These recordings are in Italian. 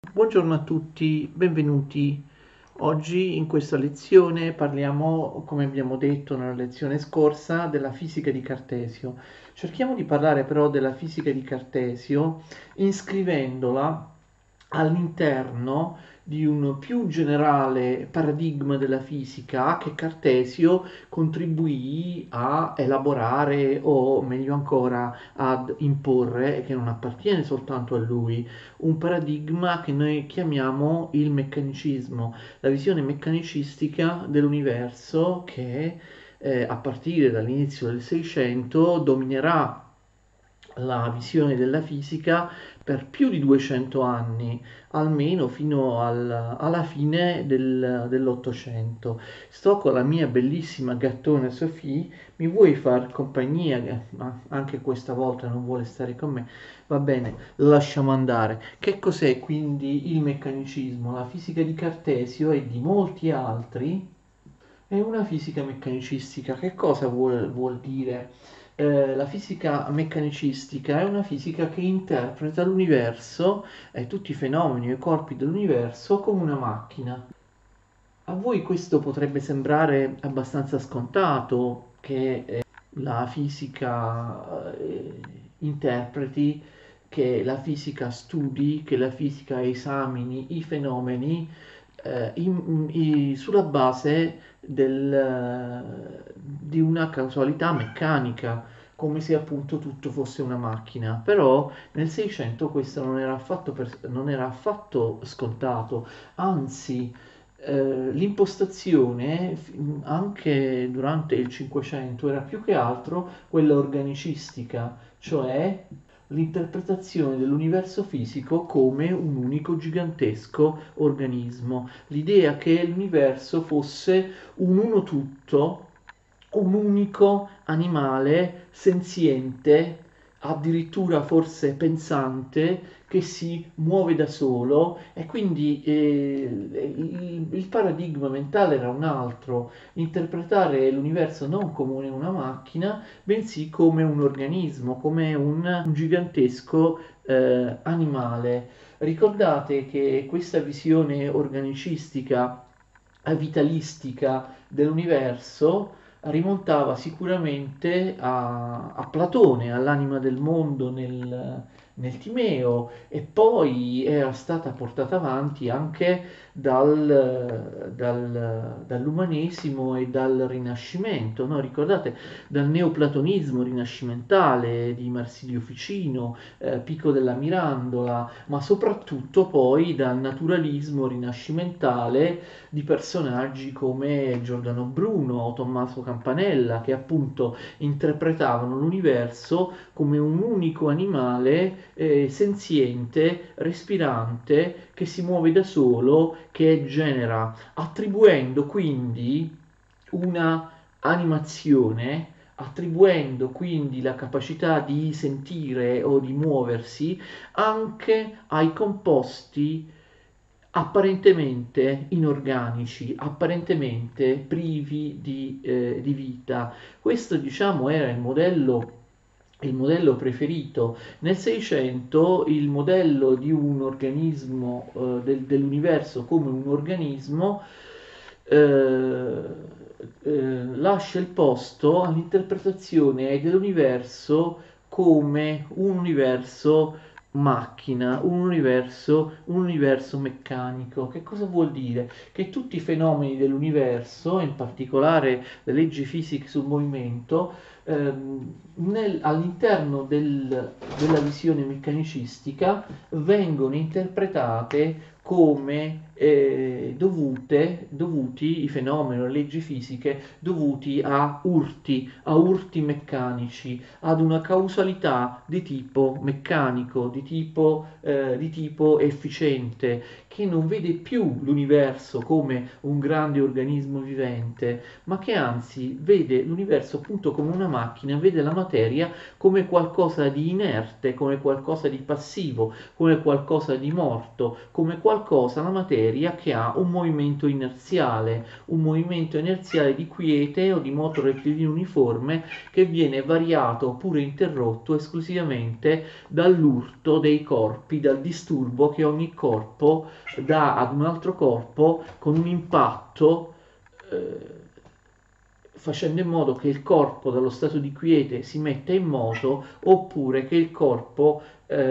Buongiorno a tutti, benvenuti. Oggi in questa lezione parliamo, come abbiamo detto nella lezione scorsa, della fisica di Cartesio. Cerchiamo di parlare però della fisica di Cartesio iscrivendola all'interno di un più generale paradigma della fisica che Cartesio contribuì a elaborare o meglio ancora ad imporre e che non appartiene soltanto a lui, un paradigma che noi chiamiamo il meccanicismo, la visione meccanicistica dell'universo che a partire dall'inizio del Seicento dominerà la visione della fisica per più di 200 anni, almeno fino alla fine dell'Ottocento. Sto con la mia bellissima gattona Sophie, mi vuoi far compagnia? Ma anche questa volta non vuole stare con me. Va bene, lo lasciamo andare. Che cos'è quindi il meccanicismo? La fisica di Cartesio e di molti altri è una fisica meccanicistica. Che cosa vuol dire? La fisica meccanicistica è una fisica che interpreta l'universo e tutti i fenomeni e i corpi dell'universo come una macchina. A voi questo potrebbe sembrare abbastanza scontato che la fisica interpreti, che la fisica studi, che la fisica esamini i fenomeni sulla base di una causalità meccanica, come se appunto tutto fosse una macchina. Però nel 600 questo non era affatto scontato, anzi l'impostazione anche durante il 500 era più che altro quella organicistica, cioè l'interpretazione dell'universo fisico come un unico gigantesco organismo, l'idea che l'universo fosse un uno tutto, un unico animale senziente, addirittura forse pensante, che si muove da solo e quindi il paradigma mentale era un altro, interpretare l'universo non come una macchina, bensì come un organismo, come un gigantesco animale. Ricordate che questa visione organicistica, vitalistica dell'universo rimontava sicuramente a Platone, all'anima del mondo nel Timeo, e poi era stata portata avanti anche dall'umanesimo e dal Rinascimento, no? Ricordate, dal neoplatonismo rinascimentale di Marsilio Ficino, Pico della Mirandola, ma soprattutto poi dal naturalismo rinascimentale di personaggi come Giordano Bruno o Tommaso Campanella, che appunto interpretavano l'universo come un unico animale senziente, respirante, che si muove da solo, che genera, attribuendo quindi una animazione, attribuendo quindi la capacità di sentire o di muoversi anche ai composti apparentemente inorganici, apparentemente privi di vita. Questo, diciamo, era il modello preferito. Nel 600 il modello di un organismo, dell'universo come un organismo, eh, lascia il posto all'interpretazione dell'universo come un universo macchina, un universo meccanico. Che cosa vuol dire? Che tutti i fenomeni dell'universo, in particolare le leggi fisiche sul movimento, all'interno della visione meccanicistica vengono interpretate come dovuti i fenomeni, le leggi fisiche dovuti a urti meccanici, ad una causalità di tipo meccanico, di tipo efficiente, che non vede più l'universo come un grande organismo vivente, ma che anzi vede l'universo appunto come una macchina, vede la materia come qualcosa di inerte, come qualcosa di passivo, come qualcosa di morto, come qualcosa qualcosa, la materia, che ha un movimento inerziale di quiete o di moto rettilineo uniforme che viene variato oppure interrotto esclusivamente dall'urto dei corpi, dal disturbo che ogni corpo dà ad un altro corpo con un impatto, facendo in modo che il corpo dallo stato di quiete si metta in moto, oppure che il corpo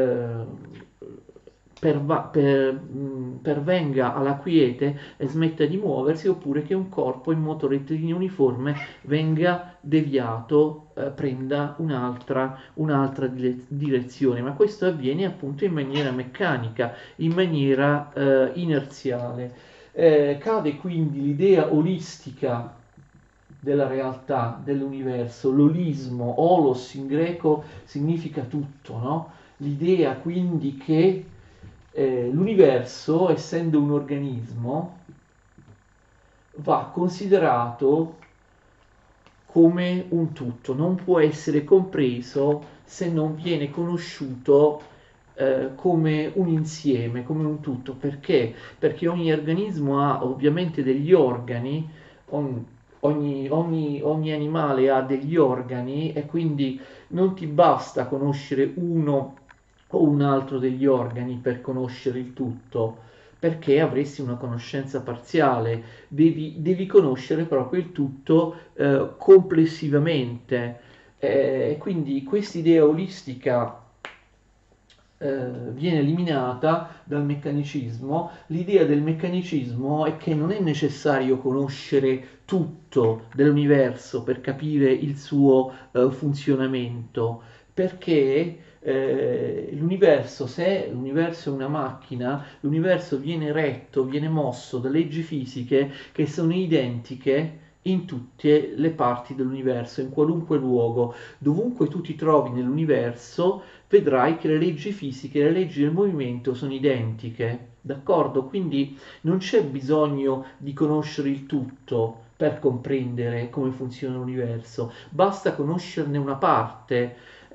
pervenga alla quiete e smetta di muoversi, oppure che un corpo in moto rettilineo uniforme venga deviato, prenda un'altra direzione. Ma questo avviene appunto in maniera meccanica, in maniera inerziale. Cade quindi l'idea olistica della realtà, dell'universo, l'olismo, olos in greco significa tutto, no? L'idea quindi che l'universo, essendo un organismo, va considerato come un tutto, non può essere compreso se non viene conosciuto come un insieme, come un tutto. Perché? Perché ogni organismo ha ovviamente degli organi, ogni animale ha degli organi, e quindi non ti basta conoscere uno o un altro degli organi per conoscere il tutto, perché avresti una conoscenza parziale. Devi conoscere proprio il tutto complessivamente. Quindi quest'idea olistica viene eliminata dal meccanicismo. L'idea del meccanicismo è che non è necessario conoscere tutto dell'universo per capire il suo funzionamento, perché l'universo, se l'universo è una macchina, l'universo viene retto, viene mosso da leggi fisiche che sono identiche in tutte le parti dell'universo, in qualunque luogo, dovunque tu ti trovi nell'universo, vedrai che le leggi fisiche, le leggi del movimento sono identiche, d'accordo? Quindi non c'è bisogno di conoscere il tutto per comprendere come funziona l'universo, basta conoscerne una parte,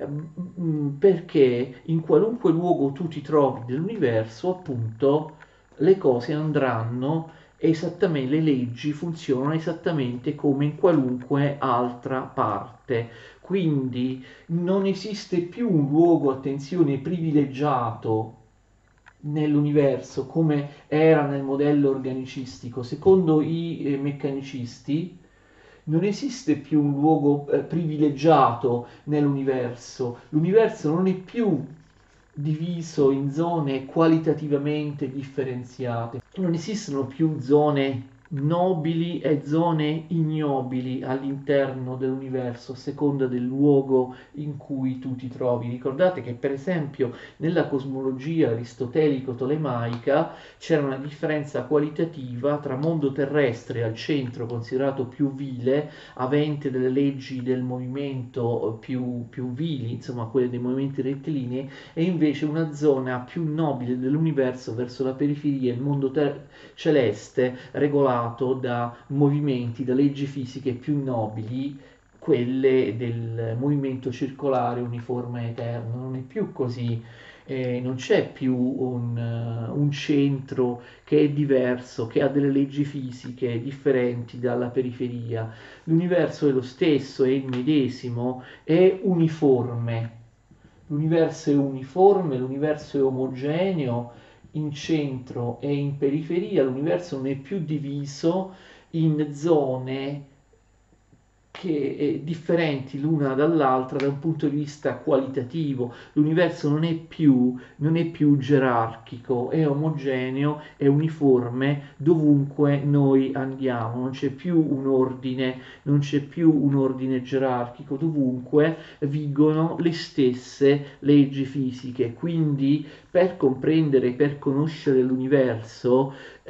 perché in qualunque luogo tu ti trovi dell'universo, appunto, le cose andranno esattamente, le leggi funzionano esattamente come in qualunque altra parte. Quindi non esiste più un luogo, attenzione, privilegiato nell'universo come era nel modello organicistico. Secondo i meccanicisti non esiste più un luogo privilegiato nell'universo. L'universo non è più diviso in zone qualitativamente differenziate. Non esistono più zone nobili e zone ignobili all'interno dell'universo, a seconda del luogo in cui tu ti trovi. Ricordate che per esempio nella cosmologia aristotelico-tolemaica c'era una differenza qualitativa tra mondo terrestre al centro, considerato più vile, avente delle leggi del movimento più vili, insomma quelle dei movimenti rettilinei, e invece una zona più nobile dell'universo verso la periferia, il mondo celeste, regolato da movimenti, da leggi fisiche più nobili, quelle del movimento circolare uniforme eterno. Non è più così. Non c'è più un centro che è diverso, che ha delle leggi fisiche differenti dalla periferia. L'universo è lo stesso, è il medesimo, è uniforme. L'universo è uniforme, l'universo è omogeneo in centro e in periferia, l'universo non è più diviso in zone differenti l'una dall'altra da un punto di vista qualitativo. L'universo non è più gerarchico, è omogeneo, è uniforme dovunque noi andiamo, non c'è più un ordine, non c'è più un ordine gerarchico, dovunque vigono le stesse leggi fisiche. Quindi per comprendere, per conoscere l'universo,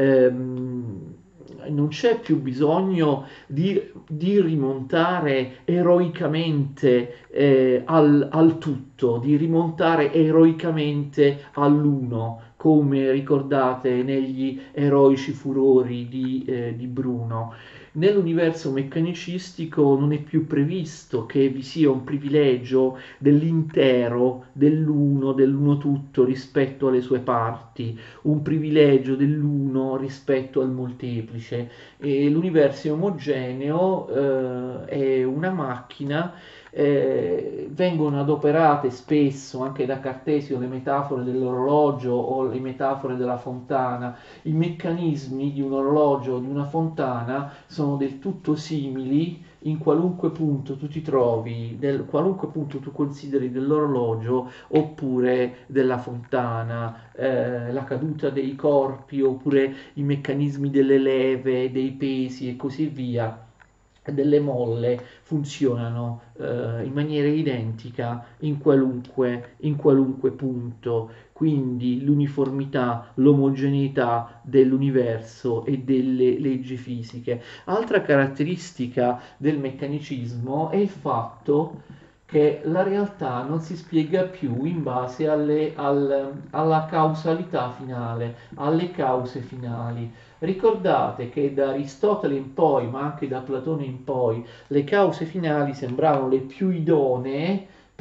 non c'è più bisogno di rimontare eroicamente al tutto, di rimontare eroicamente all'uno, come ricordate negli eroici furori di Bruno. Nell'universo meccanicistico non è più previsto che vi sia un privilegio dell'intero, dell'uno tutto rispetto alle sue parti, un privilegio dell'uno rispetto al molteplice. E l'universo è omogeneo, è una macchina. Vengono adoperate spesso anche da Cartesio le metafore dell'orologio o le metafore della fontana. I meccanismi di un orologio o di una fontana sono del tutto simili in qualunque punto tu ti trovi, qualunque punto tu consideri dell'orologio oppure della fontana, la caduta dei corpi oppure i meccanismi delle leve, dei pesi e così via, delle molle funzionano in maniera identica in qualunque punto. Quindi l'uniformità, l'omogeneità dell'universo e delle leggi fisiche. Altra caratteristica del meccanicismo è il fatto che la realtà non si spiega più in base alla causalità finale, alle cause finali. Ricordate che da Aristotele in poi, ma anche da Platone in poi, le cause finali sembravano le più idonee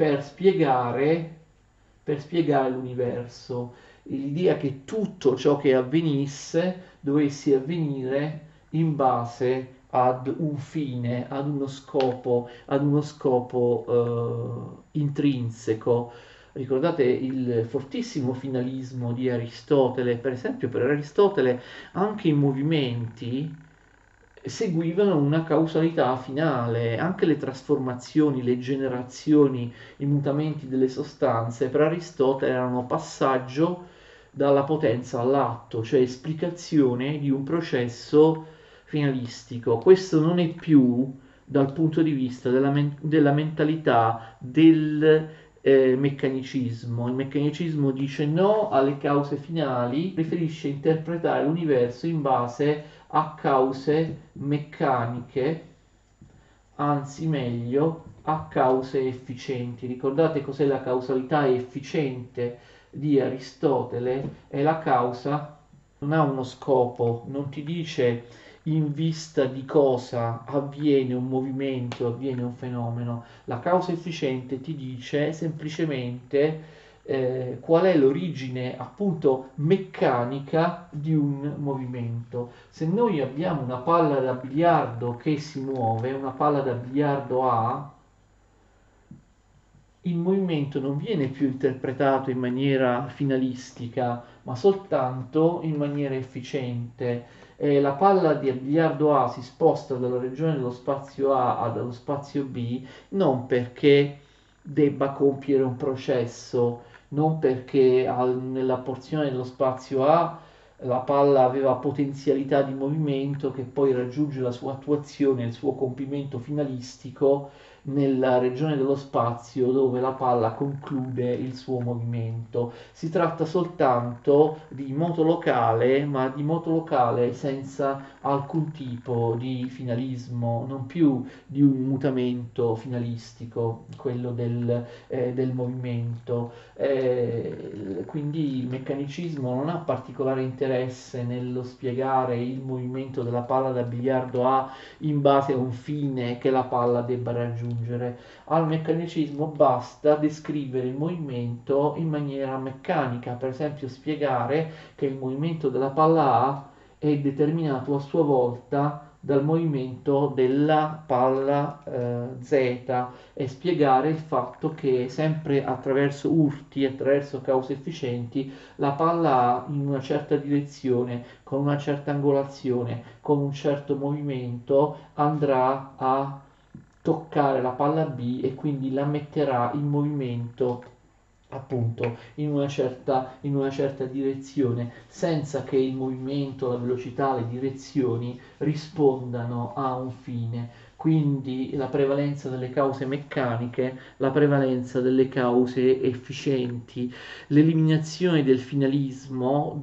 per spiegare l'universo. L'idea che tutto ciò che avvenisse dovesse avvenire in base ad un fine, ad uno scopo intrinseco. Ricordate il fortissimo finalismo di Aristotele, per esempio per Aristotele anche i movimenti seguivano una causalità finale, anche le trasformazioni, le generazioni, i mutamenti delle sostanze per Aristotele erano passaggio dalla potenza all'atto, cioè esplicazione di un processo finalistico. Questo non è più dal punto di vista della mentalità del meccanicismo. Il meccanicismo dice no alle cause finali, preferisce interpretare l'universo in base a cause meccaniche, anzi meglio, a cause efficienti. Ricordate cos'è la causalità efficiente di Aristotele? È la causa, non ha uno scopo, non ti dice in vista di cosa avviene un movimento, avviene un fenomeno. La causa efficiente ti dice semplicemente qual è l'origine appunto meccanica di un movimento. Se noi abbiamo una palla da biliardo che si muove, una palla da biliardo A, il movimento non viene più interpretato in maniera finalistica, ma soltanto in maniera efficiente. La palla di biliardo A si sposta dalla regione dello spazio A allo spazio B non perché debba compiere un processo, non perché nella porzione dello spazio A la palla aveva potenzialità di movimento che poi raggiunge la sua attuazione, il suo compimento finalistico nella regione dello spazio dove la palla conclude il suo movimento. Si tratta soltanto di moto locale, ma di moto locale senza alcun tipo di finalismo, non più di un mutamento finalistico, quello del movimento. Quindi il meccanicismo non ha particolare interesse nello spiegare il movimento della palla da biliardo A in base a un fine che la palla debba raggiungere. Al meccanicismo basta descrivere il movimento in maniera meccanica, per esempio spiegare che il movimento della palla A è determinato a sua volta dal movimento della palla Z e spiegare il fatto che sempre attraverso urti, attraverso cause efficienti, la palla A in una certa direzione, con una certa angolazione, con un certo movimento, andrà a toccare la palla B e quindi la metterà in movimento appunto in una certa direzione senza che il movimento, la velocità, le direzioni rispondano a un fine. Quindi la prevalenza delle cause meccaniche, la prevalenza delle cause efficienti, l'eliminazione del finalismo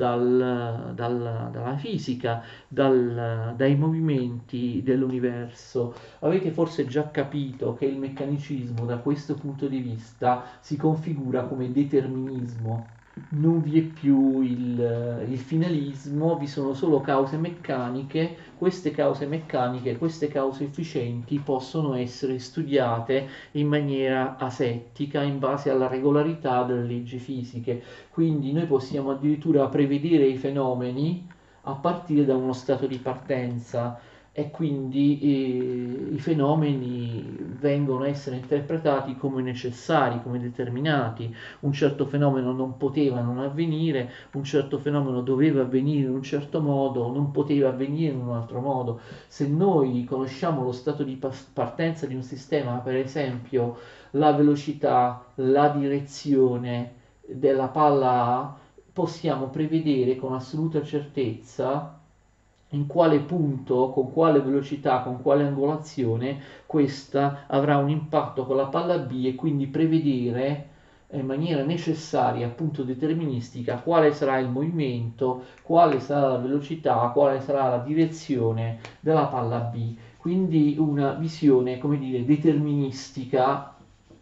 dalla fisica, dai movimenti dell'universo. Avete forse già capito che il mecanicismo da questo punto di vista si configura come determinismo. non vi è più il finalismo, vi sono solo cause meccaniche, queste cause efficienti possono essere studiate in maniera asettica in base alla regolarità delle leggi fisiche. Quindi noi possiamo addirittura prevedere i fenomeni a partire da uno stato di partenza e quindi i fenomeni vengono a essere interpretati come necessari, come determinati. Un certo fenomeno non poteva non avvenire, un certo fenomeno doveva avvenire in un certo modo, non poteva avvenire in un altro modo. Se noi conosciamo lo stato di partenza di un sistema, per esempio la velocità, la direzione della palla A, possiamo prevedere con assoluta certezza in quale punto, con quale velocità, con quale angolazione questa avrà un impatto con la palla B e quindi prevedere in maniera necessaria, appunto deterministica, quale sarà il movimento, quale sarà la velocità, quale sarà la direzione della palla B. Quindi una visione, come dire, deterministica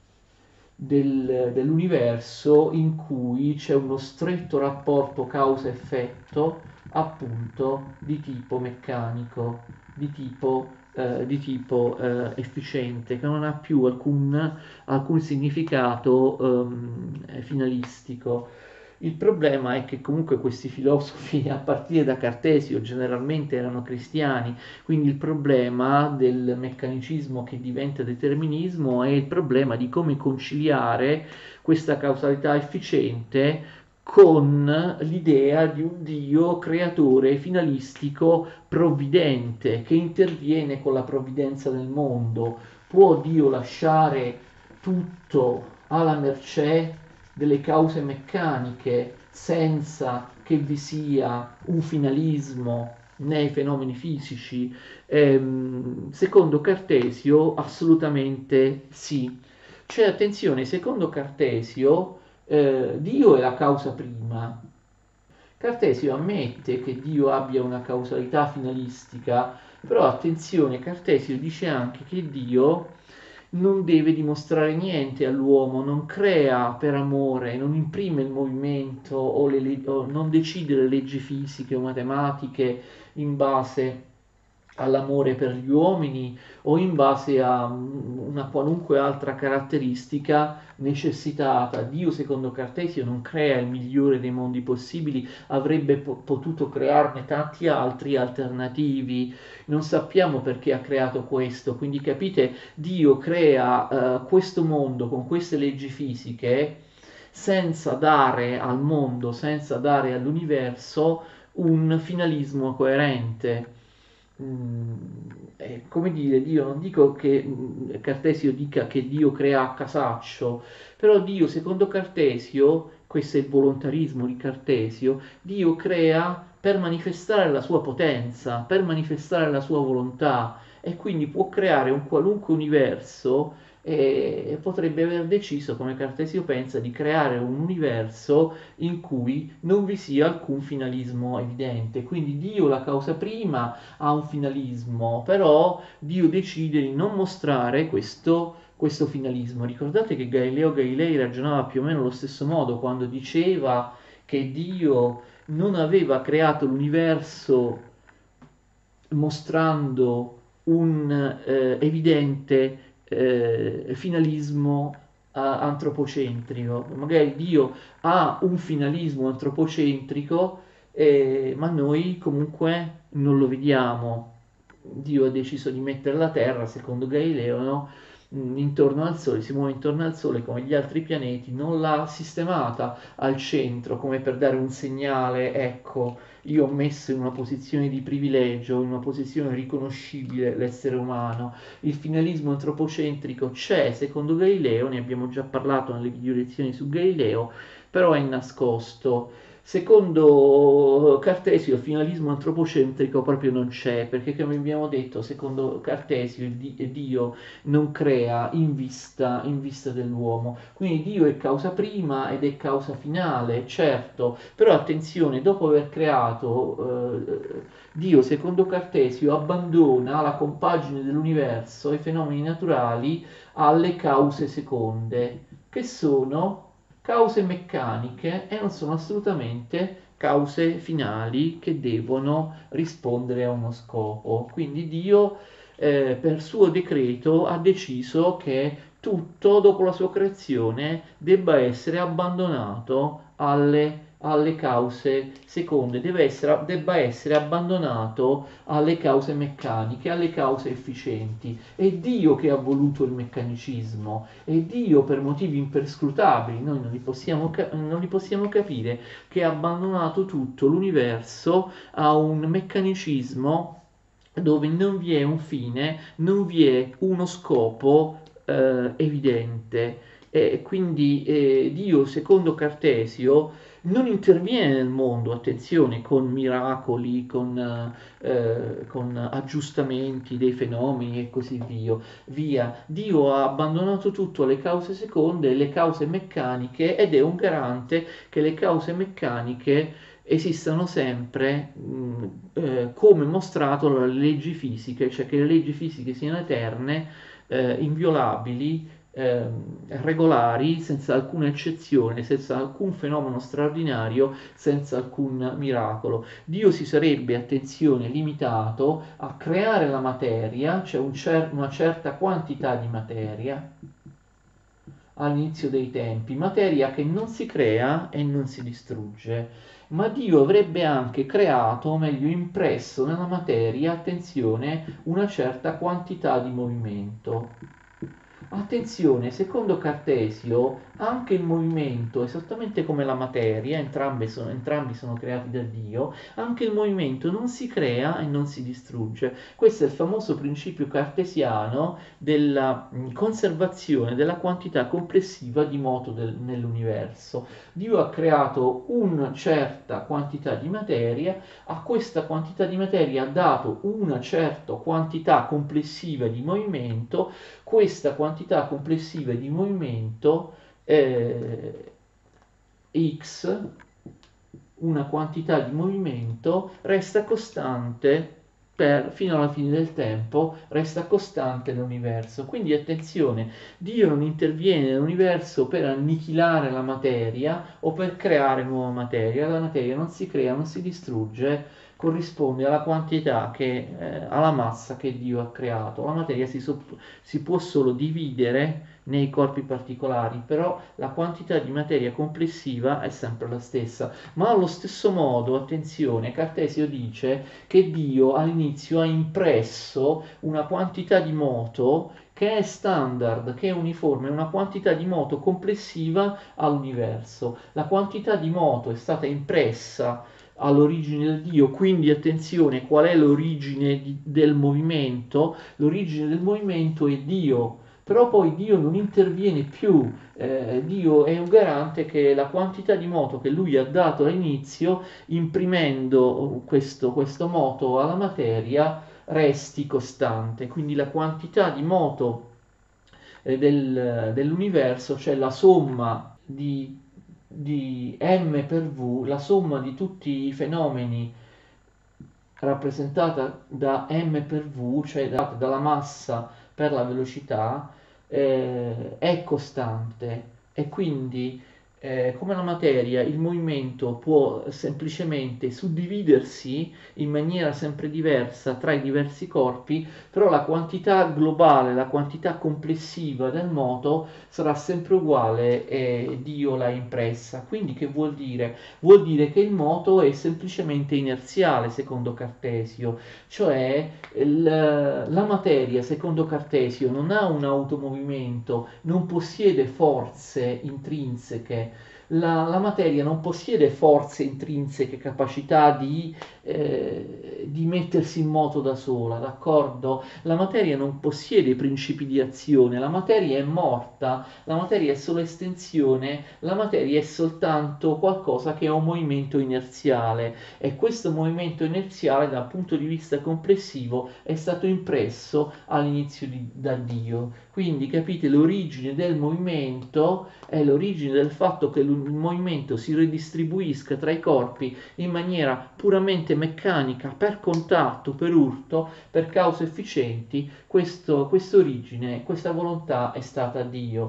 dell'universo in cui c'è uno stretto rapporto causa-effetto, appunto di tipo meccanico, di tipo efficiente, che non ha più alcun significato finalistico. Il problema è che comunque questi filosofi, a partire da Cartesio, generalmente erano cristiani, quindi il problema del meccanicismo che diventa determinismo è il problema di come conciliare questa causalità efficiente con l'idea di un Dio creatore, finalistico, provvidente, che interviene con la provvidenza del mondo. Può Dio lasciare tutto alla mercé delle cause meccaniche senza che vi sia un finalismo nei fenomeni fisici? Secondo Cartesio, assolutamente sì. Cioè, attenzione, secondo Cartesio, Dio è la causa prima. Cartesio ammette che Dio abbia una causalità finalistica, però attenzione, Cartesio dice anche che Dio non deve dimostrare niente all'uomo, non crea per amore, non imprime il movimento o non decide le leggi fisiche o matematiche in base all'amore per gli uomini o in base a una qualunque altra caratteristica necessitata. Dio, secondo Cartesio, non crea il migliore dei mondi possibili, avrebbe potuto crearne tanti altri alternativi. Non sappiamo perché ha creato questo, quindi capite, Dio crea questo mondo con queste leggi fisiche senza dare al mondo, senza dare all'universo un finalismo coerente. Come dire, Dio, non dico che Cartesio dica che Dio crea a casaccio, però Dio, secondo Cartesio, questo è il volontarismo di Cartesio, Dio crea per manifestare la sua potenza, per manifestare la sua volontà e quindi può creare un qualunque universo e potrebbe aver deciso, come Cartesio pensa, di creare un universo in cui non vi sia alcun finalismo evidente. Quindi Dio, la causa prima, ha un finalismo, però Dio decide di non mostrare questo finalismo. Ricordate che Galileo Galilei ragionava più o meno allo stesso modo quando diceva che Dio non aveva creato l'universo mostrando un evidente finalismo antropocentrico. Magari Dio ha un finalismo antropocentrico, ma noi comunque non lo vediamo. Dio ha deciso di mettere la Terra, secondo Galileo, no? Intorno al Sole, si muove intorno al Sole come gli altri pianeti, non l'ha sistemata al centro come per dare un segnale, ecco, io ho messo in una posizione di privilegio, in una posizione riconoscibile l'essere umano. Il finalismo antropocentrico c'è, secondo Galileo, ne abbiamo già parlato nelle video lezioni su Galileo, però è nascosto. Secondo Cartesio il finalismo antropocentrico proprio non c'è, perché come abbiamo detto, secondo Cartesio Dio non crea in vista dell'uomo. Quindi Dio è causa prima ed è causa finale, certo, però attenzione, dopo aver creato Dio, secondo Cartesio, abbandona la compagine dell'universo, i fenomeni naturali, alle cause seconde, che sono cause meccaniche e non sono assolutamente cause finali che devono rispondere a uno scopo. Quindi Dio, per suo decreto, ha deciso che tutto dopo la sua creazione debba essere abbandonato alle cause seconde, debba essere abbandonato alle cause meccaniche, alle cause efficienti. È Dio che ha voluto il meccanicismo, è Dio per motivi imperscrutabili, noi non li possiamo capire, che ha abbandonato tutto l'universo a un meccanicismo dove non vi è un fine, non vi è uno scopo evidente. E quindi Dio, secondo Cartesio, non interviene nel mondo, attenzione, con miracoli, con aggiustamenti dei fenomeni e così via. Dio ha abbandonato tutto alle cause seconde, le cause meccaniche, ed è un garante che le cause meccaniche esistano sempre, come mostrato dalle leggi fisiche, cioè che le leggi fisiche siano eterne, inviolabili, regolari, senza alcuna eccezione, senza alcun fenomeno straordinario, senza alcun miracolo. Dio si sarebbe, attenzione, limitato a creare la materia, cioè una certa quantità di materia all'inizio dei tempi, materia che non si crea e non si distrugge. Ma Dio avrebbe anche creato, o meglio impresso nella materia, attenzione, una certa quantità di movimento. Attenzione, secondo Cartesio, anche il movimento, esattamente come la materia, entrambi sono creati da Dio, anche il movimento non si crea e non si distrugge. Questo è il famoso principio cartesiano della conservazione della quantità complessiva di moto nell'universo. Dio ha creato una certa quantità di materia, a questa quantità di materia ha dato una certa quantità complessiva di movimento. Questa quantità complessiva di movimento x, una quantità di movimento, resta costante fino alla fine del tempo, resta costante nell'universo. Quindi attenzione, Dio non interviene nell'universo per annichilare la materia o per creare nuova materia. La materia non si crea, non si distrugge, corrisponde alla quantità alla massa che Dio ha creato. La materia si può solo dividere nei corpi particolari, però la quantità di materia complessiva è sempre la stessa. Ma allo stesso modo, attenzione, Cartesio dice che Dio all'inizio ha impresso una quantità di moto che è standard, che è uniforme, una quantità di moto complessiva all'universo. La quantità di moto è stata impressa all'origine del Dio, quindi attenzione, qual è l'origine del movimento? L'origine del movimento è Dio, però poi Dio non interviene più, Dio è un garante che la quantità di moto che lui ha dato all'inizio, imprimendo questo moto alla materia, resti costante, quindi la quantità di moto dell'universo, cioè la somma di m per v, la somma di tutti i fenomeni rappresentata da m per v, cioè dalla massa per la velocità, è costante e quindi come la materia, il movimento può semplicemente suddividersi in maniera sempre diversa tra i diversi corpi, però la quantità globale, la quantità complessiva del moto sarà sempre uguale e Dio l'ha impressa. Quindi che vuol dire? Vuol dire che il moto è semplicemente inerziale secondo Cartesio, cioè la materia secondo Cartesio non ha un automovimento, non possiede forze intrinseche. La materia non possiede forze intrinseche, capacità di mettersi in moto da sola, d'accordo? La materia non possiede principi di azione, la materia è morta, la materia è solo estensione, la materia è soltanto qualcosa che ha un movimento inerziale e questo movimento inerziale dal punto di vista complessivo è stato impresso all'inizio da Dio. Quindi capite, l'origine del movimento è l'origine del fatto che il movimento si ridistribuisca tra i corpi in maniera puramente meccanica, per contatto, per urto, per cause efficienti. Questa origine, questa volontà è stata Dio.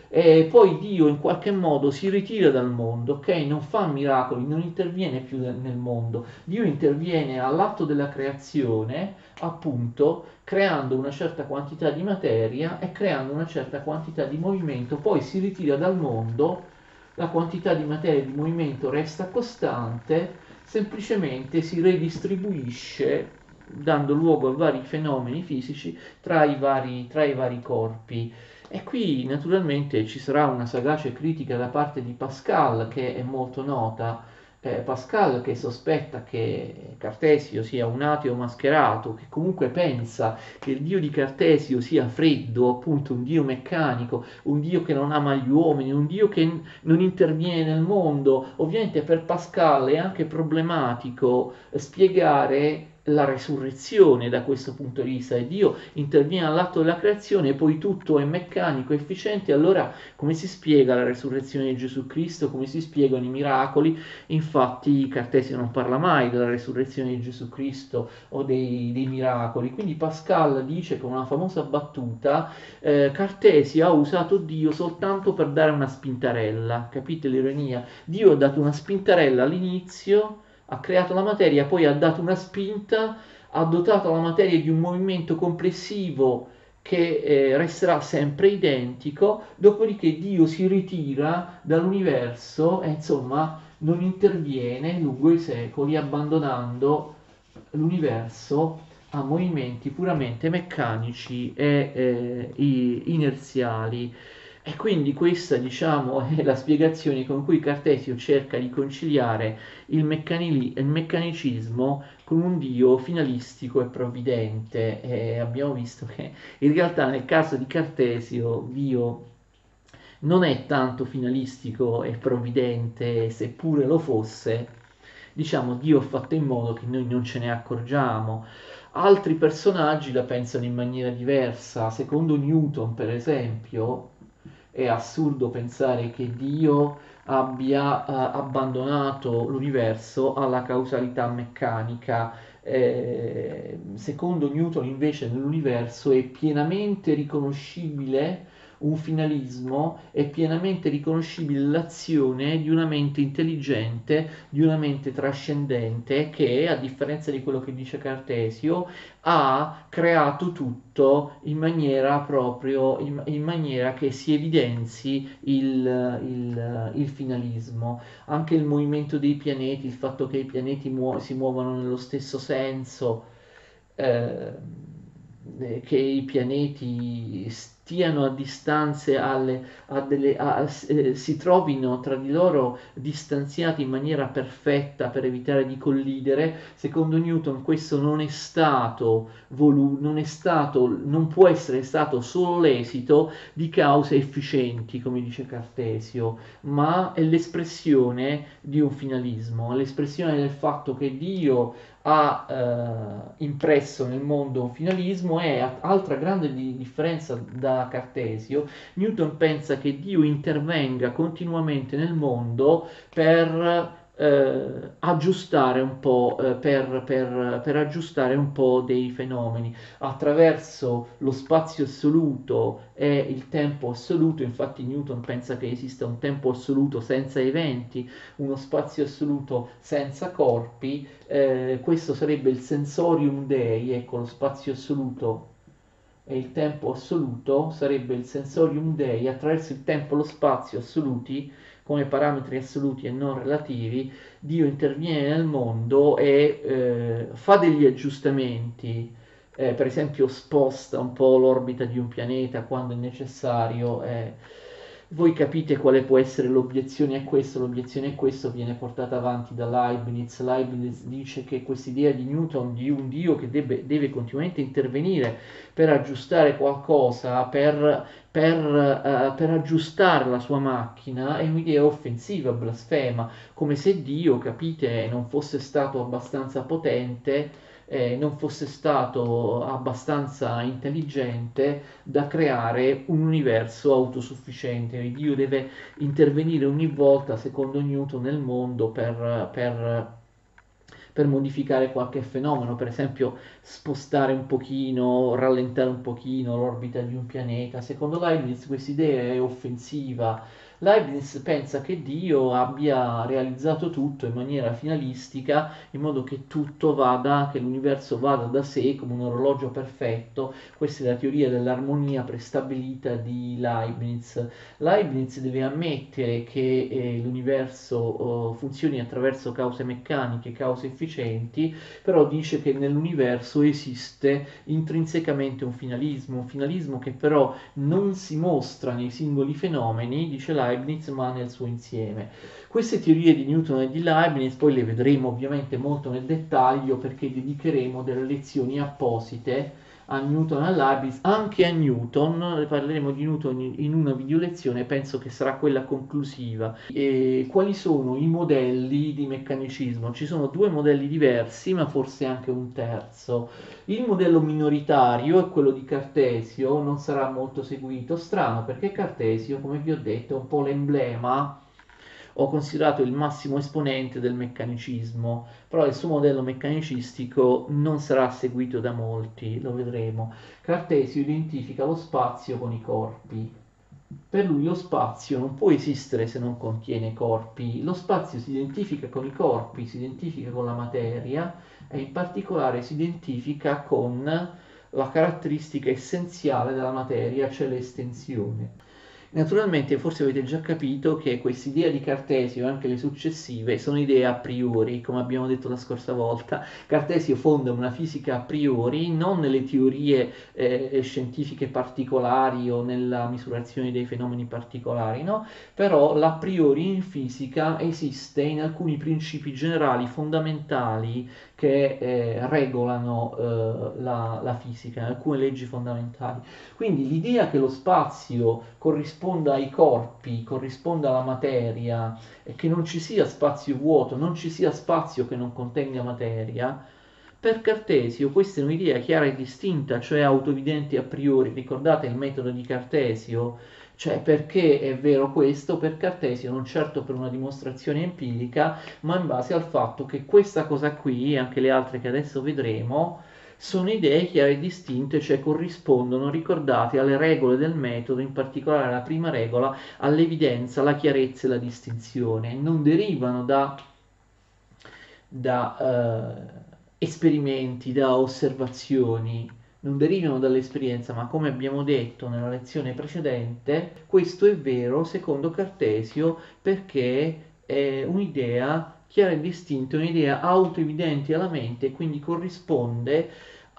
e poi Dio in qualche modo si ritira dal mondo, ok? Non fa miracoli, non interviene più nel mondo. Dio interviene all'atto della creazione, appunto, creando una certa quantità di materia e creando una certa quantità di movimento, poi si ritira dal mondo, la quantità di materia e di movimento resta costante, semplicemente si redistribuisce dando luogo a vari fenomeni fisici tra i vari corpi. E qui naturalmente ci sarà una sagace critica da parte di Pascal, che è molto nota. Pascal che sospetta che Cartesio sia un ateo mascherato, che comunque pensa che il dio di Cartesio sia freddo, appunto un dio meccanico, un dio che non ama gli uomini, un dio che non interviene nel mondo. Ovviamente per Pascal è anche problematico spiegare la resurrezione da questo punto di vista, e Dio interviene all'atto della creazione e poi tutto è meccanico, efficiente. Allora come si spiega la resurrezione di Gesù Cristo, come si spiegano i miracoli? Infatti Cartesio non parla mai della resurrezione di Gesù Cristo o dei miracoli. Quindi Pascal dice con una famosa battuta, Cartesio ha usato Dio soltanto per dare una spintarella, capite l'ironia? Dio ha dato una spintarella all'inizio, ha creato la materia, poi ha dato una spinta, ha dotato la materia di un movimento complessivo che resterà sempre identico, dopodiché Dio si ritira dall'universo e insomma non interviene lungo i secoli, abbandonando l'universo a movimenti puramente meccanici e inerziali. E quindi questa, diciamo, è la spiegazione con cui Cartesio cerca di conciliare il meccanicismo con un Dio finalistico e provvidente. E abbiamo visto che in realtà nel caso di Cartesio Dio non è tanto finalistico e provvidente, seppure lo fosse. Diciamo, Dio ha fatto in modo che noi non ce ne accorgiamo. Altri personaggi la pensano in maniera diversa. Secondo Newton, per esempio, è assurdo pensare che Dio abbia abbandonato l'universo alla causalità meccanica. Secondo Newton invece nell'universo è pienamente riconoscibile un finalismo, è pienamente riconoscibile l'azione di una mente intelligente, di una mente trascendente che, a differenza di quello che dice Cartesio, ha creato tutto in maniera proprio, in maniera che si evidenzi il finalismo. Anche il movimento dei pianeti, il fatto che i pianeti si muovano nello stesso senso, eh, che i pianeti stiano a distanze si trovino tra di loro distanziati in maniera perfetta per evitare di collidere. Secondo Newton questo non è stato non può essere stato solo l'esito di cause efficienti, come dice Cartesio, ma è l'espressione di un finalismo, è l'espressione del fatto che Dio ha impresso nel mondo un finalismo. E altra grande differenza da Cartesio, Newton pensa che Dio intervenga continuamente nel mondo per aggiustare un po', per aggiustare un po' dei fenomeni attraverso lo spazio assoluto e il tempo assoluto. Infatti Newton pensa che esista un tempo assoluto senza eventi, uno spazio assoluto senza corpi. Questo sarebbe il sensorium Dei, ecco, lo spazio assoluto e il tempo assoluto sarebbe il sensorium Dei. Attraverso il tempo e lo spazio assoluti come parametri assoluti e non relativi, Dio interviene nel mondo e fa degli aggiustamenti. Per esempio sposta un po' l'orbita di un pianeta quando è necessario. Voi capite quale può essere l'obiezione a questo? L'obiezione a questo viene portata avanti da Leibniz. Leibniz dice che quest'idea di Newton di un Dio che deve continuamente intervenire per aggiustare qualcosa, per aggiustare la sua macchina, è un'idea offensiva, blasfema, come se Dio, capite, non fosse stato abbastanza potente, non fosse stato abbastanza intelligente da creare un universo autosufficiente. Dio deve intervenire ogni volta, secondo Newton, nel mondo per modificare qualche fenomeno, per esempio spostare un pochino, rallentare un pochino l'orbita di un pianeta. Secondo Leibniz questa idea è offensiva. Leibniz pensa che Dio abbia realizzato tutto in maniera finalistica, in modo che tutto vada, che l'universo vada da sé come un orologio perfetto. Questa è la teoria dell'armonia prestabilita di Leibniz. Leibniz deve ammettere che l'universo funzioni attraverso cause meccaniche, cause efficienti, però dice che nell'universo esiste intrinsecamente un finalismo che però non si mostra nei singoli fenomeni, dice Leibniz, ma nel suo insieme. Queste teorie di Newton e di Leibniz poi le vedremo ovviamente molto nel dettaglio, perché dedicheremo delle lezioni apposite a Newton e a Leibniz, anche a Newton, parleremo di Newton in una video lezione, penso che sarà quella conclusiva. E quali sono i modelli di meccanicismo? Ci sono due modelli diversi, ma forse anche un terzo. Il modello minoritario è quello di Cartesio, non sarà molto seguito, strano perché Cartesio, come vi ho detto, è un po' l'emblema, ho considerato il massimo esponente del meccanicismo, però il suo modello meccanicistico non sarà seguito da molti, lo vedremo. Cartesio identifica lo spazio con i corpi. Per lui lo spazio non può esistere se non contiene corpi, lo spazio si identifica con i corpi, si identifica con la materia e in particolare si identifica con la caratteristica essenziale della materia, cioè l'estensione. Naturalmente, forse avete già capito che quest'idea di Cartesio e anche le successive sono idee a priori, come abbiamo detto la scorsa volta. Cartesio fonda una fisica a priori, non nelle teorie scientifiche particolari o nella misurazione dei fenomeni particolari, no? Però l'a priori in fisica esiste in alcuni principi generali fondamentali che regolano la fisica, in alcune leggi fondamentali. Quindi l'idea che lo spazio corrisponda ai corpi, corrisponda alla materia e che non ci sia spazio vuoto, non ci sia spazio che non contenga materia, per Cartesio questa è un'idea chiara e distinta, cioè autoevidente a priori. Ricordate il metodo di Cartesio? Cioè, perché è vero questo? Per Cartesio, non certo per una dimostrazione empirica, ma in base al fatto che questa cosa qui, e anche le altre che adesso vedremo, sono idee chiare e distinte, cioè corrispondono, ricordate, alle regole del metodo, in particolare la prima regola, all'evidenza, alla chiarezza e alla distinzione. Non derivano da esperimenti, da osservazioni, non derivano dall'esperienza, ma come abbiamo detto nella lezione precedente, questo è vero secondo Cartesio perché è un'idea chiara e distinta, un'idea autoevidente alla mente e quindi corrisponde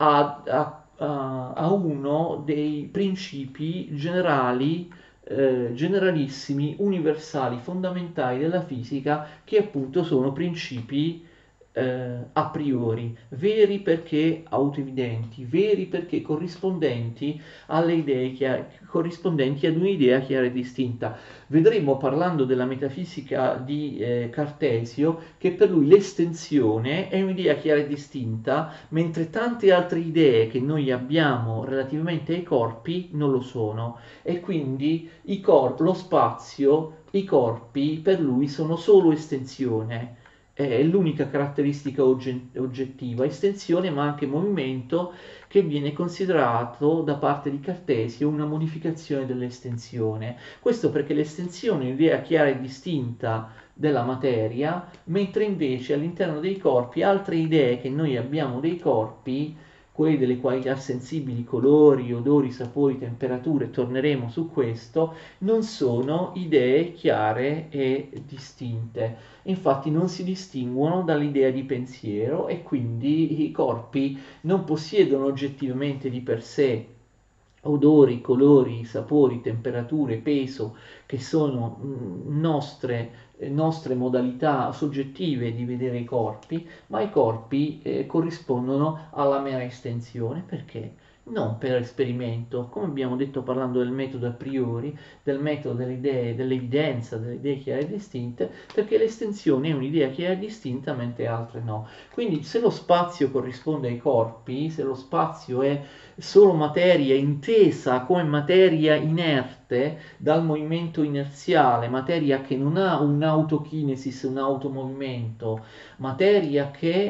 a uno dei principi generali, generalissimi, universali, fondamentali della fisica, che appunto sono principi a priori, veri perché autoevidenti, veri perché corrispondenti alle idee corrispondenti ad un'idea chiara e distinta. Vedremo parlando della metafisica di Cartesio che per lui l'estensione è un'idea chiara e distinta, mentre tante altre idee che noi abbiamo relativamente ai corpi non lo sono, e quindi lo spazio, i corpi per lui sono solo estensione. È l'unica caratteristica oggettiva, estensione ma anche movimento, che viene considerato da parte di Cartesio una modificazione dell'estensione. Questo perché l'estensione è un'idea chiara e distinta della materia, mentre invece all'interno dei corpi altre idee che noi abbiamo dei corpi, quelli delle qualità sensibili, colori, odori, sapori, temperature, torneremo su questo, non sono idee chiare e distinte. Infatti non si distinguono dall'idea di pensiero e quindi i corpi non possiedono oggettivamente di per sé odori, colori, sapori, temperature, peso, che sono nostre modalità soggettive di vedere i corpi, ma i corpi corrispondono alla mera estensione. Perché? Non per esperimento, come abbiamo detto parlando del metodo a priori, del metodo delle idee, dell'evidenza, delle idee chiare e distinte, perché l'estensione è un'idea chiara e distinta, mentre altre no. Quindi se lo spazio corrisponde ai corpi, se lo spazio è solo materia intesa come materia inerte dal movimento inerziale, materia che non ha un'autokinesis, un automovimento, materia che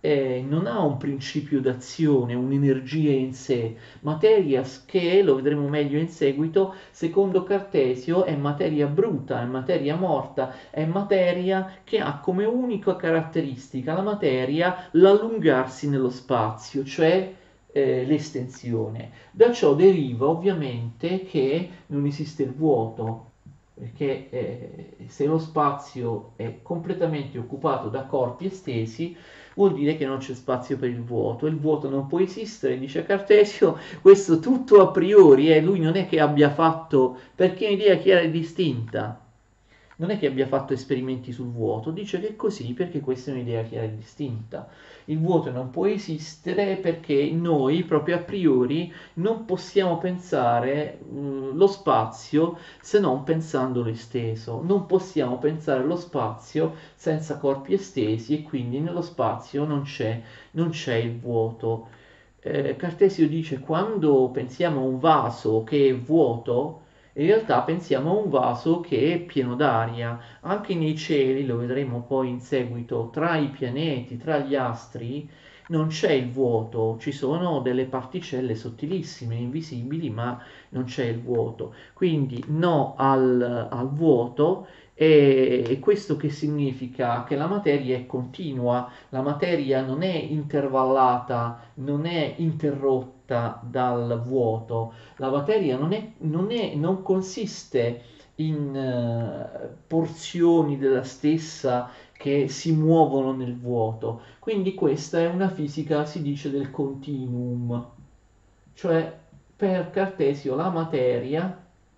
non ha un principio d'azione, un'energia in sé. Materia che, lo vedremo meglio in seguito, secondo Cartesio è materia bruta, è materia morta, è materia che ha come unica caratteristica la materia l'allungarsi nello spazio, cioè l'estensione. Da ciò deriva ovviamente che non esiste il vuoto, perché se lo spazio è completamente occupato da corpi estesi, vuol dire che non c'è spazio per il vuoto non può esistere, dice Cartesio, questo tutto a priori, lui non è che abbia fatto, perché è un'idea chiara e distinta, non è che abbia fatto esperimenti sul vuoto, dice che è così perché questa è un'idea chiara e distinta. Il vuoto non può esistere perché noi proprio a priori non possiamo pensare lo spazio se non pensandolo esteso. Non possiamo pensare lo spazio senza corpi estesi e quindi nello spazio non c'è il vuoto. Cartesio dice quando pensiamo a un vaso che è vuoto, in realtà pensiamo a un vaso che è pieno d'aria. Anche nei cieli, lo vedremo poi in seguito, tra i pianeti, tra gli astri, non c'è il vuoto, ci sono delle particelle sottilissime, invisibili, ma non c'è il vuoto. Quindi no al vuoto. E questo che significa? Che la materia è continua, la materia non è intervallata, non è interrotta dal vuoto. La materia non consiste in porzioni della stessa che si muovono nel vuoto. Quindi questa è una fisica, si dice, del continuum, cioè per Cartesio la materia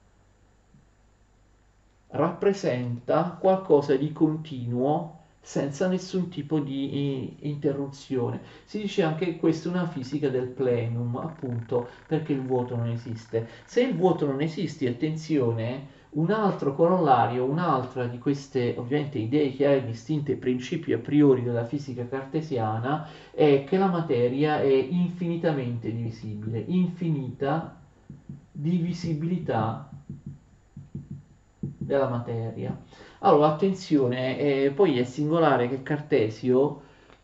rappresenta qualcosa di continuo senza nessun tipo di interruzione. Si dice anche che questa è una fisica del plenum, appunto perché il vuoto non esiste. Se il vuoto non esiste, attenzione, un altro corollario, un'altra di queste ovviamente idee chiare e distinte, principi a priori della fisica cartesiana, è che la materia è infinitamente divisibile, infinita divisibilità della materia. Allora, attenzione, poi è singolare che Cartesio,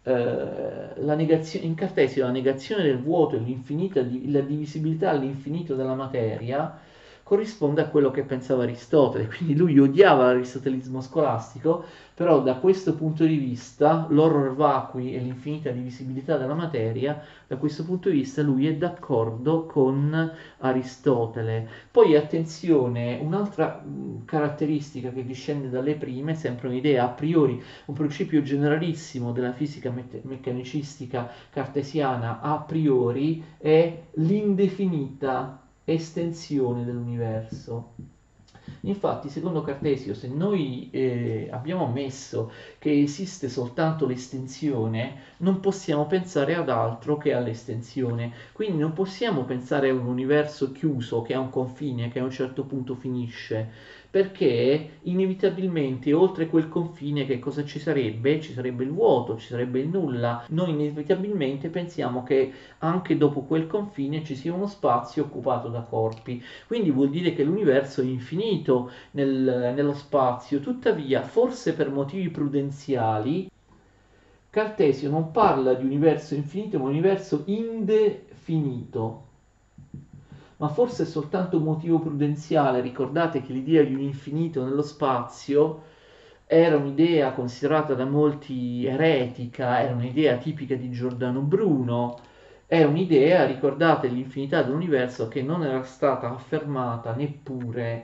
in Cartesio la negazione del vuoto e la divisibilità all'infinito della materia corrisponde a quello che pensava Aristotele, quindi lui odiava l'aristotelismo scolastico, però da questo punto di vista l'horror vacui e l'infinita divisibilità della materia, da questo punto di vista lui è d'accordo con Aristotele. Poi attenzione, un'altra caratteristica che discende dalle prime, sempre un'idea a priori, un principio generalissimo della fisica meccanicistica cartesiana a priori, è l'indefinita estensione dell'universo. Infatti, secondo Cartesio, se noi abbiamo ammesso che esiste soltanto l'estensione, non possiamo pensare ad altro che all'estensione. Quindi non possiamo pensare a un universo chiuso che ha un confine, che a un certo punto finisce, perché inevitabilmente oltre quel confine che cosa ci sarebbe? Ci sarebbe il vuoto, ci sarebbe il nulla. Noi inevitabilmente pensiamo che anche dopo quel confine ci sia uno spazio occupato da corpi. Quindi vuol dire che l'universo è infinito nello spazio, tuttavia, forse per motivi prudenziali, Cartesio non parla di universo infinito, ma universo indefinito. Ma forse è soltanto un motivo prudenziale. Ricordate che l'idea di un infinito nello spazio era un'idea considerata da molti eretica, era un'idea tipica di Giordano Bruno, è un'idea, ricordate, l'infinità dell'universo che non era stata affermata neppure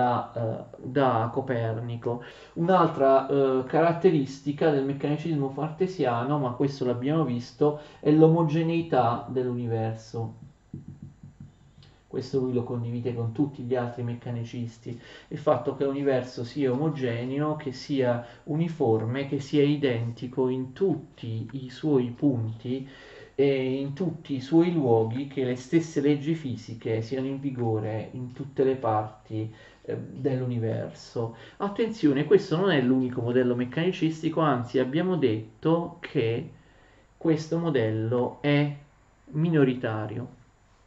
da Copernico. Un'altra caratteristica del meccanicismo cartesiano, ma questo l'abbiamo visto, è l'omogeneità dell'universo. Questo lui lo condivide con tutti gli altri meccanicisti, il fatto che l'universo sia omogeneo, che sia uniforme, che sia identico in tutti i suoi punti e in tutti i suoi luoghi, che le stesse leggi fisiche siano in vigore in tutte le parti dell'universo. Attenzione, questo non è l'unico modello meccanicistico, anzi abbiamo detto che questo modello è minoritario.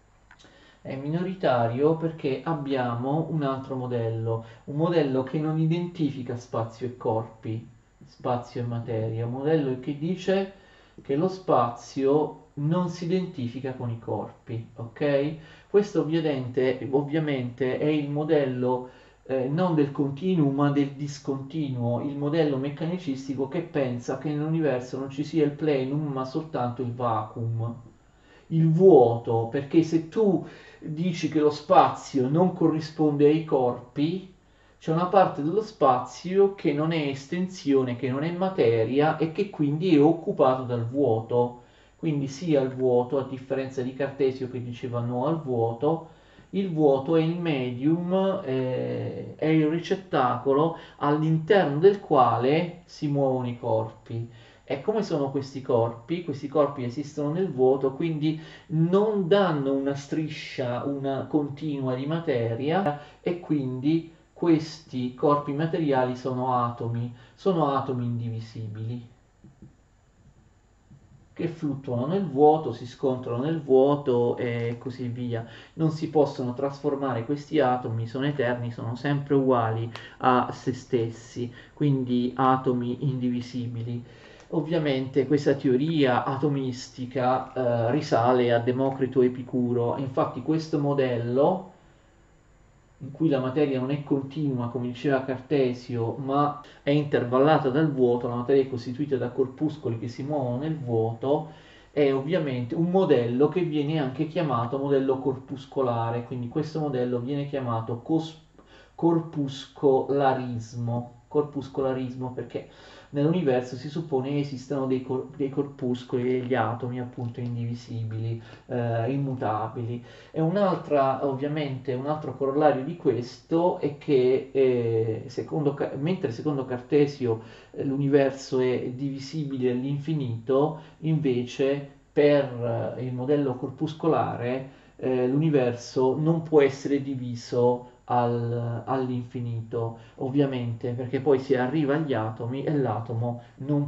È minoritario perché abbiamo un altro modello, un modello che non identifica spazio e corpi, spazio e materia, un modello che dice che lo spazio non si identifica con i corpi, ok? Questo ovviamente è il modello non del continuum ma del discontinuo, il modello meccanicistico che pensa che nell'universo non ci sia il plenum ma soltanto il vacuum, il vuoto, perché se tu dici che lo spazio non corrisponde ai corpi, c'è una parte dello spazio che non è estensione, che non è materia e che quindi è occupato dal vuoto. Quindi sia il vuoto, a differenza di Cartesio che diceva no al vuoto, il vuoto è il medium, è il ricettacolo all'interno del quale si muovono i corpi. E come sono questi corpi? Questi corpi esistono nel vuoto, quindi non danno una striscia, una continua di materia e quindi questi corpi materiali sono atomi indivisibili che fluttuano nel vuoto, si scontrano nel vuoto e così via. Non si possono trasformare questi atomi, sono eterni, sono sempre uguali a se stessi, quindi atomi indivisibili. Ovviamente questa teoria atomistica risale a Democrito Epicuro, infatti questo modello in cui la materia non è continua, come diceva Cartesio, ma è intervallata dal vuoto, la materia è costituita da corpuscoli che si muovono nel vuoto, è ovviamente un modello che viene anche chiamato modello corpuscolare, quindi questo modello viene chiamato corpuscolarismo perché nell'universo si suppone esistano dei corpuscoli, degli atomi appunto indivisibili, immutabili. E ovviamente, un altro corollario di questo è che mentre secondo Cartesio l'universo è divisibile all'infinito, invece per il modello corpuscolare l'universo non può essere diviso all'infinito, ovviamente, perché poi si arriva agli atomi e l'atomo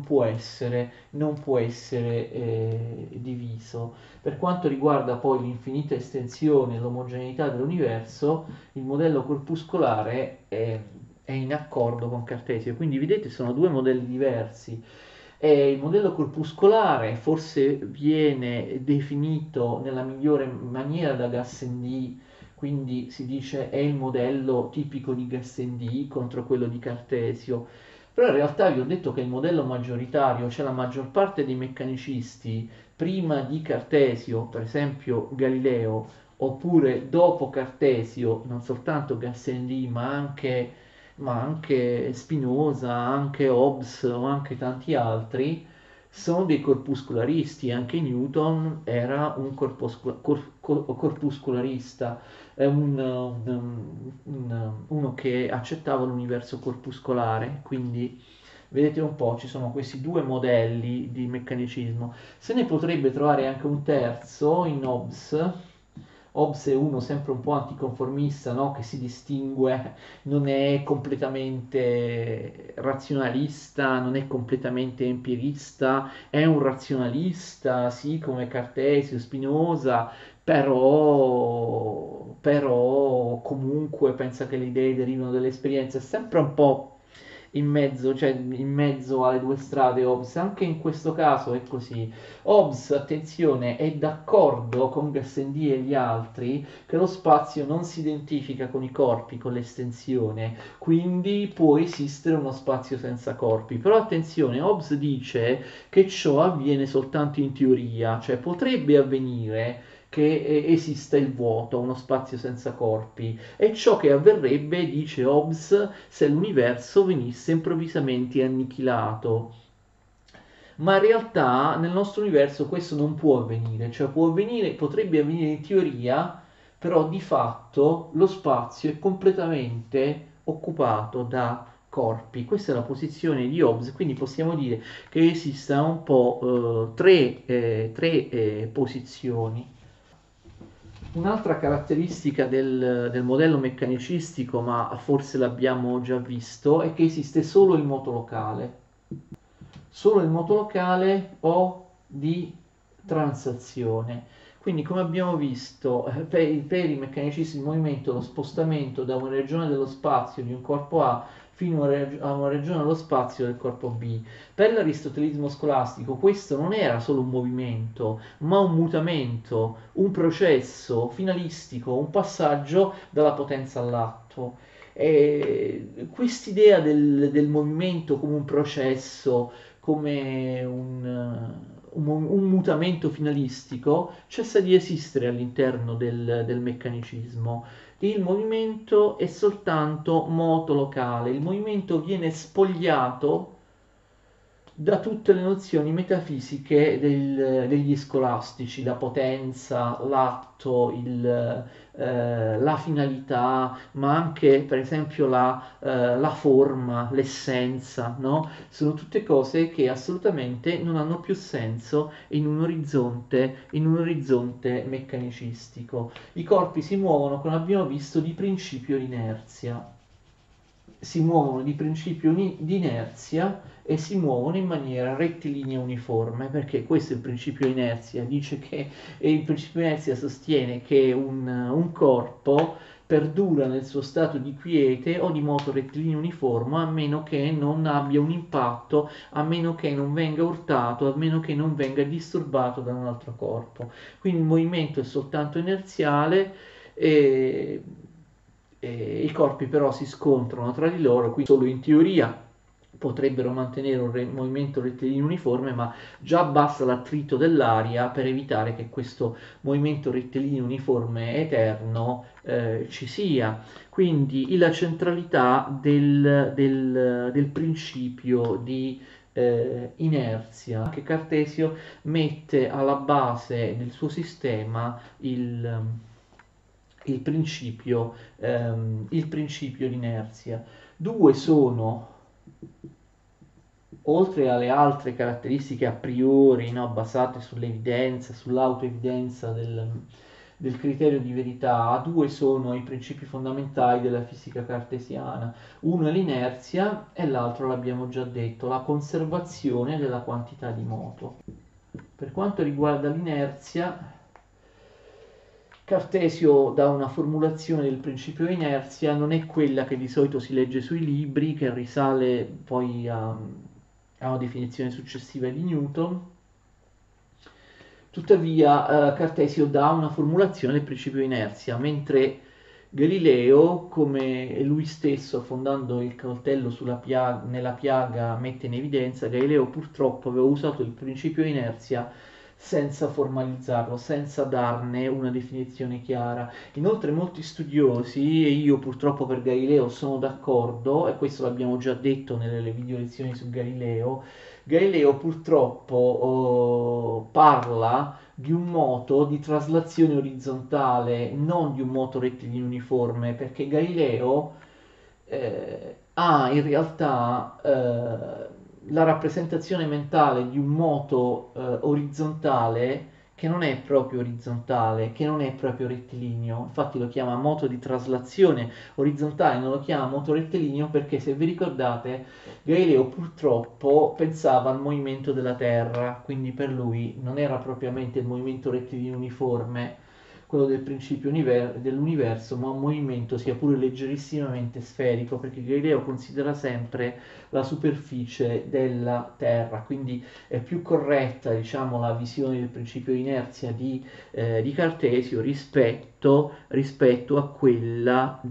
non può essere diviso. Per quanto riguarda poi l'infinita estensione e l'omogeneità dell'universo, il modello corpuscolare è in accordo con Cartesio, quindi vedete sono due modelli diversi. E il modello corpuscolare forse viene definito nella migliore maniera da Gassendi, quindi si dice è il modello tipico di Gassendi contro quello di Cartesio. Però in realtà vi ho detto che il modello maggioritario, cioè la maggior parte dei meccanicisti prima di Cartesio, per esempio Galileo, oppure dopo Cartesio, non soltanto Gassendi, ma anche Spinoza, anche Hobbes o anche tanti altri, sono dei corpuscolaristi. Anche Newton era un corpuscolarista, è uno che accettava l'universo corpuscolare, quindi vedete un po', ci sono questi due modelli di meccanicismo. Se ne potrebbe trovare anche un terzo in Hobbes. Hobbes è uno sempre un po' anticonformista, no? Che si distingue, non è completamente razionalista, non è completamente empirista, è un razionalista, sì, come Cartesio, Spinoza, però comunque pensa che le idee derivano dall'esperienza, è sempre un po' in mezzo, cioè in mezzo alle due strade Hobbes, anche in questo caso è così. Hobbes, attenzione, è d'accordo con Gassendi e gli altri che lo spazio non si identifica con i corpi, con l'estensione, quindi può esistere uno spazio senza corpi. Però attenzione, Hobbes dice che ciò avviene soltanto in teoria, cioè potrebbe avvenire che esista il vuoto, uno spazio senza corpi, e ciò che avverrebbe, dice Hobbes, se l'universo venisse improvvisamente annichilato. Ma in realtà nel nostro universo questo non può avvenire, cioè potrebbe avvenire in teoria, però di fatto lo spazio è completamente occupato da corpi. Questa è la posizione di Hobbes, quindi possiamo dire che esista un po' tre posizioni. Un'altra caratteristica del modello meccanicistico, ma forse l'abbiamo già visto, è che esiste solo il moto locale o di transazione. Quindi, come abbiamo visto, per i meccanicisti di movimento, lo spostamento da una regione dello spazio di un corpo A a una regione allo spazio del corpo B. Per l'aristotelismo scolastico questo non era solo un movimento, ma un mutamento, un processo finalistico, un passaggio dalla potenza all'atto. E quest'idea del movimento come un processo, come un mutamento finalistico, cessa di esistere all'interno del meccanicismo. Il movimento è soltanto moto locale, il movimento viene spogliato da tutte le nozioni metafisiche degli scolastici, la potenza, l'atto, la finalità, ma anche per esempio la forma, l'essenza, no? Sono tutte cose che assolutamente non hanno più senso in un orizzonte meccanicistico. I corpi si muovono, come abbiamo visto, di principio inerzia. Si muovono di principio di inerzia e si muovono in maniera rettilinea uniforme, perché questo è il principio inerzia, dice che e il principio inerzia sostiene che un corpo perdura nel suo stato di quiete o di moto rettilineo uniforme a meno che non abbia un impatto, a meno che non venga urtato, a meno che non venga disturbato da un altro corpo. Quindi il movimento è soltanto inerziale e i corpi però si scontrano tra di loro, quindi solo in teoria potrebbero mantenere un movimento rettilineo uniforme, ma già basta l'attrito dell'aria per evitare che questo movimento rettilineo uniforme eterno ci sia. Quindi la centralità del principio di inerzia. Anche Cartesio mette alla base del suo sistema il principio di inerzia. Due sono, oltre alle altre caratteristiche a priori, no, basate sull'evidenza, sull'autoevidenza del criterio di verità, due sono i principi fondamentali della fisica cartesiana. Uno è l'inerzia e l'altro, l'abbiamo già detto, la conservazione della quantità di moto. Per quanto riguarda l'inerzia, Cartesio dà una formulazione del principio di inerzia, non è quella che di solito si legge sui libri, che risale poi a una definizione successiva di Newton. Tuttavia, Cartesio dà una formulazione del principio di inerzia, mentre Galileo, come lui stesso affondando il coltello nella piaga mette in evidenza, Galileo purtroppo aveva usato il principio di inerzia senza formalizzarlo, senza darne una definizione chiara. Inoltre molti studiosi, e io purtroppo per Galileo sono d'accordo, e questo l'abbiamo già detto nelle video lezioni su Galileo, Galileo purtroppo parla di un moto di traslazione orizzontale, non di un moto rettilineo uniforme, perché Galileo ha in realtà la rappresentazione mentale di un moto orizzontale che non è proprio orizzontale, che non è proprio rettilineo, infatti lo chiama moto di traslazione orizzontale, non lo chiama moto rettilineo perché se vi ricordate Galileo purtroppo pensava al movimento della Terra, quindi per lui non era propriamente il movimento rettilineo uniforme, quello del principio dell'universo, ma un movimento sia pure leggerissimamente sferico, perché Galileo considera sempre la superficie della Terra, quindi è più corretta, diciamo, la visione del principio di inerzia di Cartesio rispetto a quella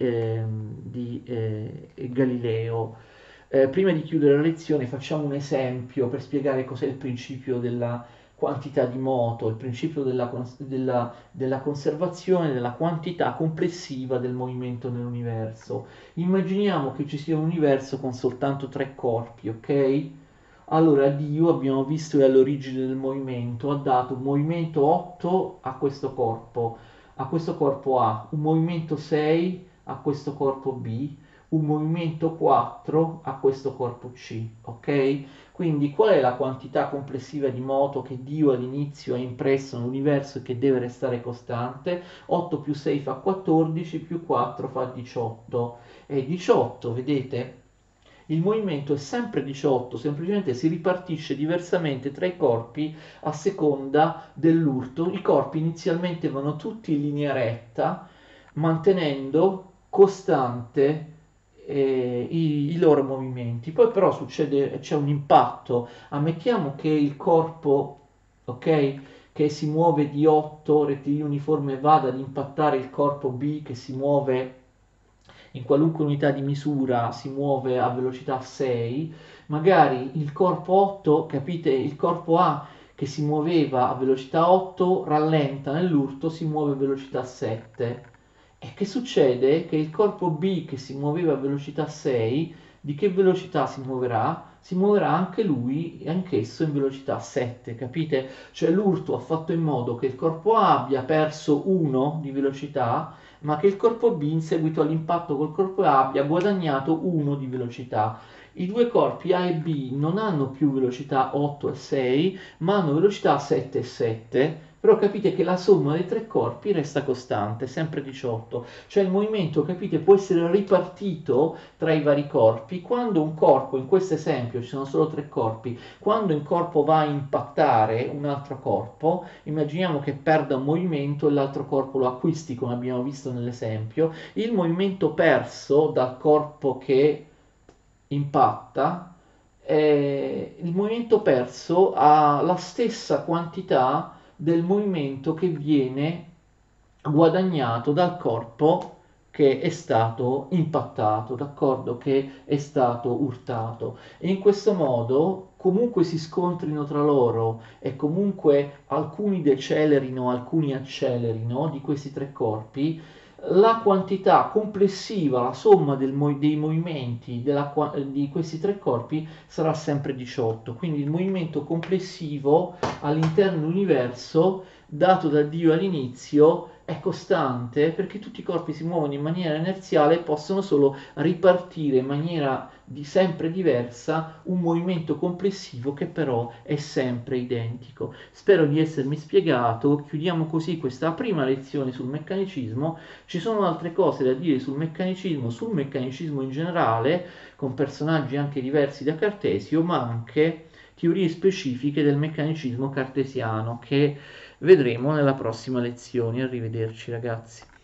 di Galileo. Prima di chiudere la lezione facciamo un esempio per spiegare cos'è il principio della quantità di moto, il principio della conservazione della quantità complessiva del movimento nell'universo. Immaginiamo che ci sia un universo con soltanto tre corpi, ok? Allora Dio, abbiamo visto, è all'origine del movimento, ha dato un movimento 8 a questo corpo A, un movimento 6 a questo corpo B, un movimento 4 a questo corpo C, ok? Quindi qual è la quantità complessiva di moto che Dio all'inizio ha impresso nell'universo e che deve restare costante? 8 più 6 fa 14, più 4 fa 18. E 18, vedete? Il movimento è sempre 18, semplicemente si ripartisce diversamente tra i corpi a seconda dell'urto. I corpi inizialmente vanno tutti in linea retta, mantenendo costante i loro movimenti. Poi però succede, c'è un impatto. Ammettiamo che il corpo, ok, che si muove di 8 rettilineo uniforme vada ad impattare il corpo B che si muove in qualunque unità di misura, si muove a velocità 6, magari il corpo 8, capite, il corpo A che si muoveva a velocità 8 rallenta nell'urto, si muove a velocità 7. E che succede? Che il corpo B che si muoveva a velocità 6, di che velocità si muoverà? Si muoverà anche lui, anch'esso in velocità 7, capite? Cioè l'urto ha fatto in modo che il corpo A abbia perso 1 di velocità, ma che il corpo B in seguito all'impatto col corpo A abbia guadagnato 1 di velocità. I due corpi A e B non hanno più velocità 8 e 6, ma hanno velocità 7 e 7, però capite che la somma dei tre corpi resta costante, sempre 18. Cioè il movimento, capite, può essere ripartito tra i vari corpi. Quando un corpo, in questo esempio ci sono solo tre corpi, quando un corpo va a impattare un altro corpo, immaginiamo che perda un movimento e l'altro corpo lo acquisti, come abbiamo visto nell'esempio, il movimento perso dal corpo che impatta, il movimento perso ha la stessa quantità del movimento che viene guadagnato dal corpo che è stato impattato, d'accordo? Che è stato urtato. E in questo modo, comunque si scontrino tra loro e comunque alcuni decelerino, alcuni accelerino di questi tre corpi, la quantità complessiva, la somma dei movimenti di questi tre corpi sarà sempre 18. Quindi il movimento complessivo all'interno dell'universo dato da Dio all'inizio è costante perché tutti i corpi si muovono in maniera inerziale e possono solo ripartire in maniera sempre diversa un movimento complessivo che però è sempre identico. Spero di essermi spiegato, chiudiamo così questa prima lezione sul meccanicismo. Ci sono altre cose da dire sul meccanismo in generale, con personaggi anche diversi da Cartesio, ma anche teorie specifiche del meccanicismo cartesiano che vedremo nella prossima lezione. Arrivederci ragazzi.